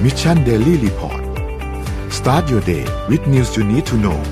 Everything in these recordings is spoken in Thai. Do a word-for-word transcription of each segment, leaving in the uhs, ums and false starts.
Mission Daily Report Start your day with news you need to know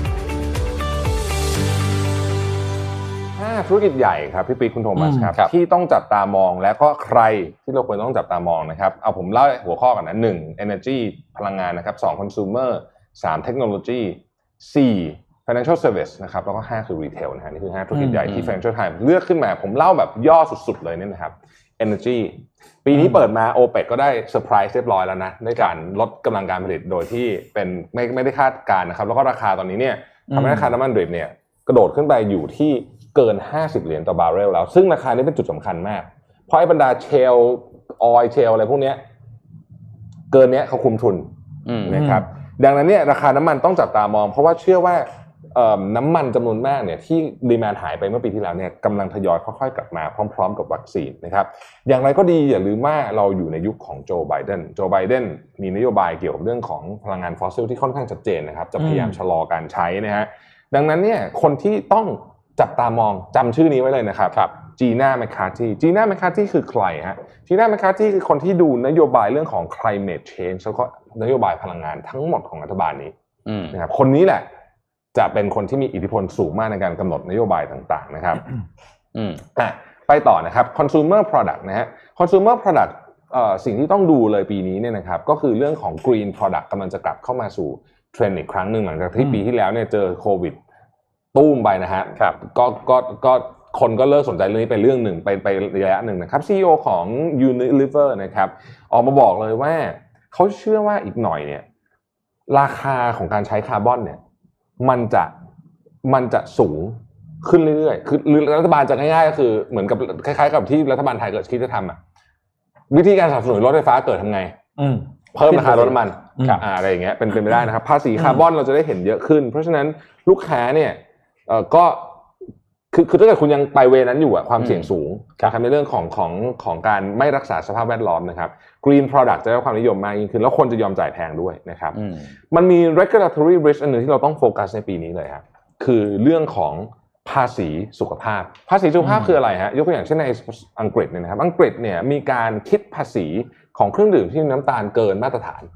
ห้าธุรกิจใหญ่ครับพี่ปิ๊กคุณโทมัสครับที่ต้องจับตามองและก็ใครที่เราควรต้องจับตามองนะครับเอาผมเล่าหัวข้อกันนะหนึ่ง Energy พลังงานนะครับสอง Consumer สาม Technology สี่ Financial Service นะครับแล้วก็ห้าคือ Retail นะฮะนี่คือห้าธุรกิจใหญ่ที่ Financial Times เลือกขึ้นมาผมเล่าแบบย่อสุดๆเลยเนี่ยนะครับ Energy ปีนี้เปิดมา โอเปก ก็ได้เซอร์ไพรส์เรียบร้อยแล้วนะด้วยการลดกำลังการผลิตโดยที่เป็นไม่ไม่ได้คาดการณ์นะครับแล้วก็ราคาตอนนี้เนี่ยทำให้ราคาน้ำมันดิบเนี่ยกระโดดขึ้นไปอยู่ที่เกินห้าสิบเหรียญต่อบาร์เรลแล้วซึ่งราคานี้เป็นจุดสำคัญมากเพราะไอ้บรรดาเชลออยล์เชลอะไรพวกนี้เกินเนี้ยเขาคุมทุนนะครับดังนั้นเนี่ยราคาน้ำมันต้องจับตามองเพราะว่าเชื่อว่าน้ำมันจำนวนมากเนี่ยที่ดีมานด์หายไปเมื่อปีที่แล้วเนี่ยกำลังทยอยค่อยๆกลับมาพร้อมๆกับวัคซีนนะครับอย่างไรก็ดีอย่าลืมว่าเราอยู่ในยุคของโจไบเดนโจไบเดนมีนโยบายเกี่ยวกับเรื่องของพลังงานฟอสซิลที่ค่อนข้างชัดเจนนะครับจะพยายามชะลอการใช้นะฮะดังนั้นเนี่ยคนที่ต้องจับตามองจำชื่อนี้ไว้เลยนะครับจีน่าแมคคาร์ธีจีน่าแมคคาร์ธีคือใครฮะจีน่าแมคคาร์ธีคือคนที่ดูนโยบายเรื่องของ climate change แล้วก็นโยบายพลังงานทั้งหมดของรัฐบาลนี้นะครับคนนี้แหละจะเป็นคนที่มีอิทธิพลสูงมากในการกำหนดนโยบายต่างๆนะครับอืมอ่ะไปต่อนะครับ consumer product นะฮะ consumer product เอ่อสิ่งที่ต้องดูเลยปีนี้เนี่ยนะครับก็คือเรื่องของ green product กำลังจะกลับเข้ามาสู่เทรนด์อีกครั้งหนึ่งหลังจากที่ปีที่แล้วเนี่ยเจอโควิดตุ้มไปนะฮะก็ก็ก็คนก็เลิกสนใจเรื่องนี้ไปเรื่องหนึ่งไปไประยะหนึ่งนะครับ ซี อี โอ ของ Unilever นะครับออกมาบอกเลยว่าเขาเชื่อว่าอีกหน่อยเนี่ยราคาของการใช้คาร์บอนเนี่ยมันจะมันจะสูงขึ้นเรื่อยๆคือรัฐบาลจะง่ายๆก็คือเหมือนกับคล้ายๆกับที่รัฐบาลไทยเกิดคิดจะทำอ่ะวิธีการสนับสนุนรถไฟฟ้าเกิดทำไงเพิ่มราคารถน้ำมันอะไรอย่างเงี้ยเป็นไปไม่ได้นะครับภาษีคาร์บอนเราจะได้เห็นเยอะขึ้นเพราะฉะนั้นลูกค้าเนี่ยเอ่อก็คือคือถ้าเกิดคุณยังไปเวนั้นอยู่อะความเสี่ยงสูงนะครับในเรื่องของของของการไม่รักษาสภาพแวดล้อมนะครับ Green Product จะได้ความนิยมมากยิ่งขึ้นแล้วคนจะยอมจ่ายแพงด้วยนะครับมันมี regulatory risk อันหนึ่งที่เราต้องโฟกัสในปีนี้เลยครับคือเรื่องของภาษีสุขภาพภาษีสุขภาพคืออะไรฮะยกตัวอย่างเช่นในอังกฤษเนี่ยนะครับอังกฤษเนี่ยมีการคิดภาษีของเครื่องดื่มที่น้ำตาลเกินมาตรฐาน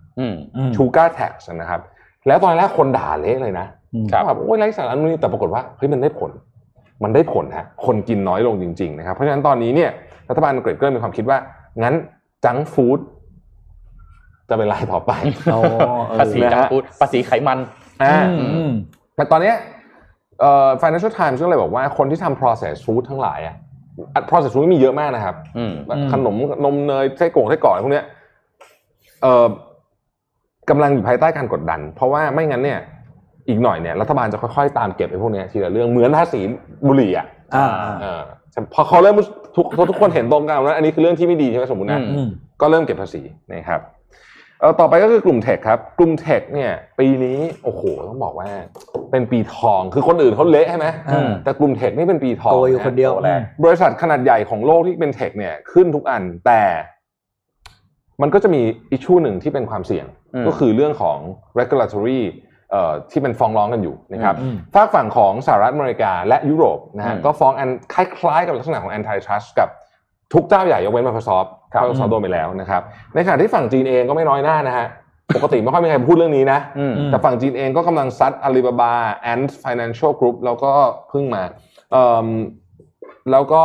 sugar tax นะครับแล้วตอนแรกคนด่าเละเลยนะแบบโอ้ยไร้สาระนู่นนี่แต่ปรากฏว่าเฮ้ยมันได้ผลมันได้ผลฮะคนกินน้อยลงจริงๆนะครับเพราะฉะนั้นตอนนี้เนี่ยรัฐบาลอังกฤษก็มีความคิดว่างั้นจังก์ฟู้ดจะเป็นรายต่อไปภาษีจังก์ฟู้ดภาษีไขมันอ่าแต่ตอนนี้เอ่อ Financial Times ก็เลยบอกว่าคนที่ทำ processed food ทั้งหลายอ่ะ processed food มีเยอะมากนะครับขนมนมเนยไส้กรอกไส้กรอกอะไรพวกเนี้ยเอ่อกำลังอยู่ภายใต้การกดดันเพราะว่าไม่งั้นเนี่ยอีกหน่อยเนี่ยรัฐบาลจะค่อยๆตามเก็บไอ้พวกนี้ทีละเรื่องเหมือนภาษีบุหรี่อ่ะอ่าพอเขาเริ่มทุกทุกคนเห็นตรงกันว่าอันนี้คือเรื่องที่ไม่ดีใช่ไหมสมมุตินะก็เริ่มเก็บภาษีนะครับเออต่อไปก็คือกลุ่มเทคครับกลุ่มเทคเนี่ยปีนี้โอ้โหต้องบอกว่าเป็นปีทองคือคนอื่นเขาเละใช่ไหมแต่กลุ่มเทคนี่เป็นปีทองโตอยู่คนเดียวแหละบริษัทขนาดใหญ่ของโลกที่เป็นเทคเนี่ยขึ้นทุกอันแต่มันก็จะมีอิชชูหนึ่งที่เป็นความเสี่ยงก็คือเรื่องของ regulatoryเอ่อที่เป็นฟ้องร้องกันอยู่นะครับฝากฝั่งของสหรัฐอเมริกาและยุโรปนะฮะก็ฟ้องอันคล้ายๆกับลักษณะของ antitrust กับทุกเจ้าใหญ่ยกเว้น Microsoft เขาสอบโดนไปแล้วนะครับในขณะที่ฝั่งจีนเองก็ไม่น้อยหน้านะฮะปกติไม่ค่อยมีใครพูดเรื่องนี้นะแต่ฝั่งจีนเองก็กำลังซัด Alibaba Ant Financial Group แล้วก็เพิ่งมาเอ่อแล้วก็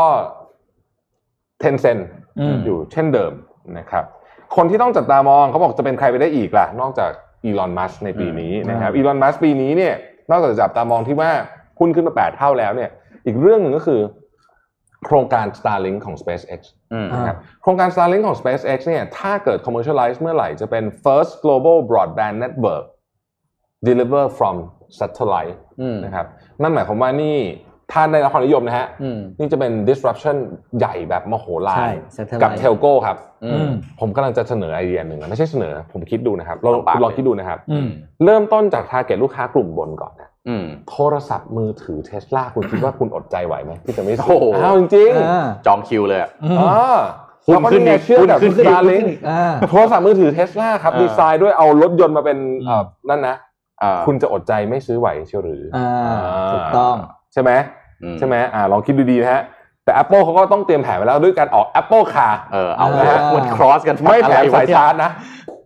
Tencent อยู่เช่นเดิมนะครับคนที่ต้องจับตามองเขาบอกจะเป็นใครไปได้อีกล่ะนอกจากอีลอนมัสก์ในปีนี้นะครับอีลอนมัสก์ปีนี้เนี่ยนอกจากจับตามองที่ว่าหุ้นขึ้นมาแปดเท่าแล้วเนี่ยอีกเรื่องหนึ่งก็คือโครงการ Starlink ของ SpaceX นะครับโครงการ Starlink ของ SpaceX เนี่ยถ้าเกิด commercialize เมื่อไหร่จะเป็น first global broadband network deliver from satellite นะครับนั่นหมายความว่านี่ถ้าในละครนิยมนะฮะนี่จะเป็น disruption ใหญ่แบบมโหฬารกับ telco ครับผมกำลังจะเสนอไอเดียหนึ่งไม่ใช่เสนอผมคิดดูนะครับลองลองคิดดูนะครับเริ่มต้นจาก target ลูกค้ากลุ่มบนก่อนนะโทรศัพท์มือถือ Tesla คุณคิดว่าคุณอดใจไหวไหมที่จะไม่ซื้ออ้าวจริงๆจองคิวเลยอ่ะแล้วก็นี่เชื่อกับ Starlink โทรศัพท์มือถือ Tesla ครับดีไซน์ด้วยเอารถยนต์มาเป็นนั่นนะคุณจะอดใจไม่ซื้อไหวเชียวหรือถูกต้องใช่ไหมใช่ไหมอ่าลองคิดดูดีนะฮะแต่ Apple เขาก็ต้องเตรียมแผนไว้แล้วด้วยการออก Apple Car เออเอาละฮะมัน cross กันไม่แถมสายชาร์จนะ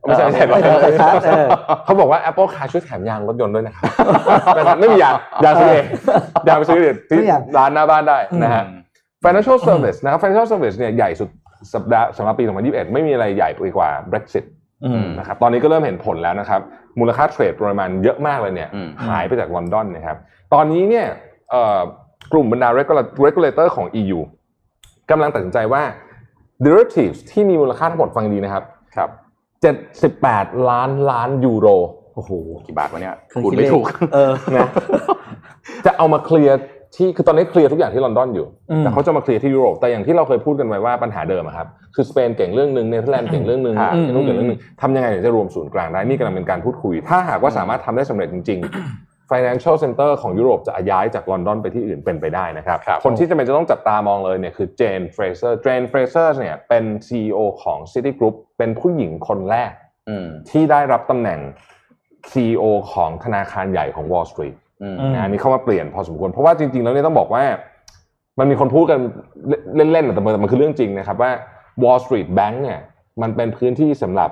ไม่ใช่ไม่ใช่ไม่ใช่รถไฟฟ้าเออเขาบอกว่า Apple Car ช่วยแถมยางรถยนต์ด้วยนะครับ ไม่มียางยางซื้อเองยางไปซื้อเด็ดที่ร้านหน้าบ้านได้นะฮะ Financial Service นะครับ Financial Service เนี่ยใหญ่สุดสัปดาห์สำหรับปีสองพันยี่สิบเอ็ดไม่มีอะไรใหญ่ไปกว่า Brexit นะครับตอนนี้ก็เริ่มเห็นผลแล้วนะครับมูลค่าเทรดประมาณเยอะมากเลยเนี่ยหายไปจากลอนดอนนะครับตอนนี้เนี่ยกลุ่มบรรดา regulator ของ อี ยู กำลังตัดสินใจว่า derivatives ที่มีมูลค่าทั้งหมดฟังดีนะครับครับเจ็ดสิบแปดล้านล้านยูโรโอ้โหกี่บาทวะเนี่ยคูณไม่ถูกเออนะจะเอามาเคลียร์ที่คือตอนนี้เคลียร์ทุกอย่างที่ลอนดอนอยู่แต่เขาจะมาเคลียร์ที่ยุโรปแต่อย่างที่เราเคยพูดกันไว้ว่าปัญหาเดิมครับคือสเปนเก่งเรื่องนึงเนเธอร์แลนด์เก่งเรื่องนึงอังกฤษเก่งเรื่องนึงทำยังไงถึงจะรวมศูนย์กลางได้นี่กำลังเป็นการพูดคุยถ้าหากว่าสามารถทำได้สำเร็จจริงๆ Financial Center ของยุโรปจะย้ายจากลอนดอนไปที่อื่นเป็นไปได้นะครับคนที่จะเป็นจะต้องจับตามองเลยเนี่ยคือเจนเฟรเซอร์เจนเฟรเซอร์เนี่ยเป็น ซี อี โอ ของ Citigroup เป็นผู้หญิงคนแรกที่ได้รับตำแหน่ง ซี อี โอ ของธนาคารใหญ่ของ Wall Street อันนี้เข้ามาเปลี่ยนพอสมควรเพราะว่าจริงๆแล้วเนี่ยต้องบอกว่ามันมีคนพูดกันเล่นๆแต่มันคือเรื่องจริงนะครับว่า Wall Street Bank เนี่ยมันเป็นพื้นที่สำหรับ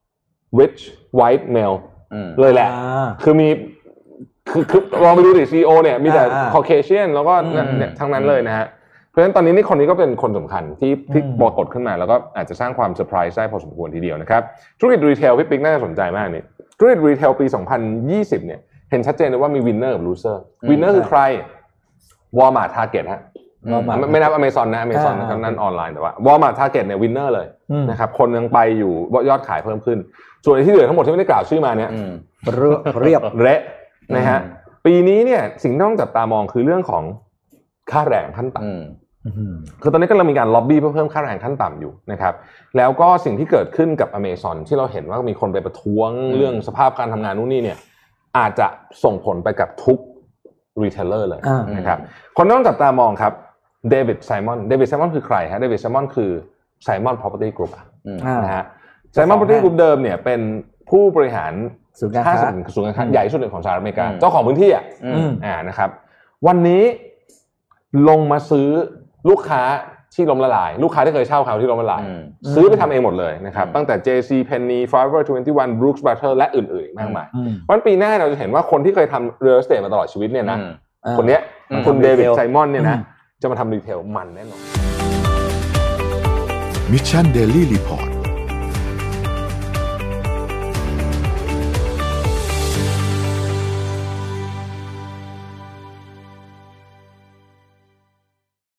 rich white male เลยแหละคือมีคือคือลองไปดูดิ ซี อี โอ เนี่ยมีแต่ Caucasian แล้วก็เนี่ยทั้งนั้นเลยนะฮะเพราะฉะนั้นตอนนี้นี่คนนี้ก็เป็นคนสำคัญที่ที่ปรากฏขึ้นมาแล้วก็อาจจะสร้างความเซอร์ไพรส์ได้พอสมควรทีเดียวนะครับธุรกิจรีเทลพี่ปิ๊กน่าจะสนใจมากนี่ธุรกิจรีเทลปีสองพันยี่สิบเนี่ยเห็นชัดเจนเลยว่ามี winner กับ loser winner คือใคร Walmart Target ฮะไม่นับ Amazon นะ Amazon นั่นออนไลน์แต่ว่า Walmart Target เนี่ย winner เลยนะครับคนยังไปอยู่ยอดขายเพิ่มขึ้นส่วนที่เหลือทั้งหมดที่ไม่ได้กล่าวชื่อมาเนี่ยเรียบเละนะฮะปีนี้เนี่ยสิ่งที่ต้องจับตามองคือเรื่องของค่าแรงขั้นต่ำคือตอนนี้ก็เรามีการล็อบบี้เพื่อเพิ่มค่าแรงขั้นต่ำอยู่นะครับแล้วก็สิ่งที่เกิดขึ้นกับ Amazon ที่เราเห็นว่ามีคนไปประท้วงเรื่องสภาพการทำงานนู่นนี่เนี่ยอาจจะส่งผลไปกับทุกรีเทลเลอร์เลยนะครับคนต้องจับตามองครับเดวิดไซมอนเดวิดไซมอนคือใครฮะเดวิดไซมอนคือไซมอน Property Group นะฮะไซมอน Property Group เดิมเนี่ยเป็นผู้บริหารศูนย์การค้าศูนย์การค้าใหญ่สุดของสหรัฐอเมริกาเจ้าของพื้นที่อ่ะอ่านะครับวันนี้ลงมาซื้อลูกค้าที่ล้มละลายลูกค้าที่เคยเช่าเขาที่ล้มละลายซื้อไปทำเองหมดเลยนะครับตั้งแต่ เจ ซี Penney Forever ยี่สิบเอ็ด Brooks Brothers และอื่นๆมากมายวันปีหน้าเราจะเห็นว่าคนที่เคยทำ real estate มาตลอดชีวิตเนี่ยนะคนเนี้ยคุณเดวิดไซมอนเนี่ยนะจะมาทำรีเทลมันแน่นอน Mission Daily Report